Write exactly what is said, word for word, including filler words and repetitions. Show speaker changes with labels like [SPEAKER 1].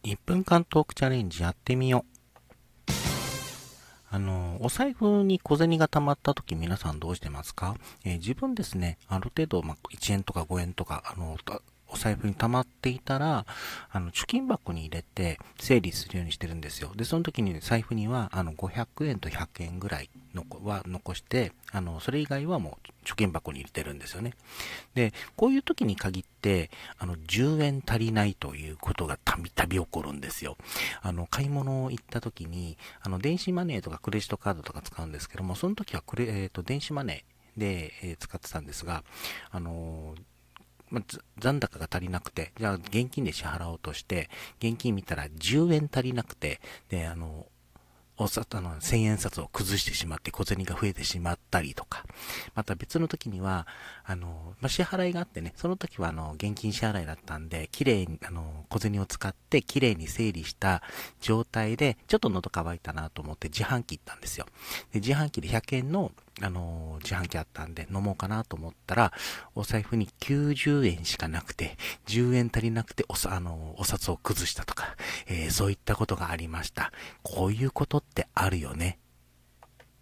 [SPEAKER 1] いっぷんかんトークチャレンジやってみよう。あの、お財布に小銭が溜まった時皆さんどうしてますか？えー自分ですね、ある程度、まあ、いちえんとかごえんとか、あの、たお財布に溜まっていたら、あの、貯金箱に入れて整理するようにしてるんですよ。で、その時に財布には、あの、ごひゃくえんとひゃくえんぐらいのは残して、あの、それ以外はもう貯金箱に入れてるんですよね。で、こういう時に限って、あの、じゅうえん足りないということがたびたび起こるんですよ。あの、買い物行った時に、あの、電子マネーとかクレジットカードとか使うんですけども、その時はクレ、えっと、電子マネーで、えー使ってたんですが、あのーまあ、残高が足りなくて、じゃあ現金で支払おうとして、現金見たらじゅうえん足りなくて、で、あの、おさ、あの、千円札を崩してしまって小銭が増えてしまったりとか、また別の時には、あの、まあ、支払いがあってね、その時はあの、現金支払いだったんで、綺麗に、あの、小銭を使って綺麗に整理した状態で、ちょっと喉乾いたなと思って自販機行ったんですよ。で、自販機でひゃくえんの、あの、自販機あったんで飲もうかなと思ったら、お財布にきゅうじゅうえんしかなくて、じゅうえん足りなくておさ、あの、お札を崩したとか、えーそういったことがありました。こういうことってあるよね。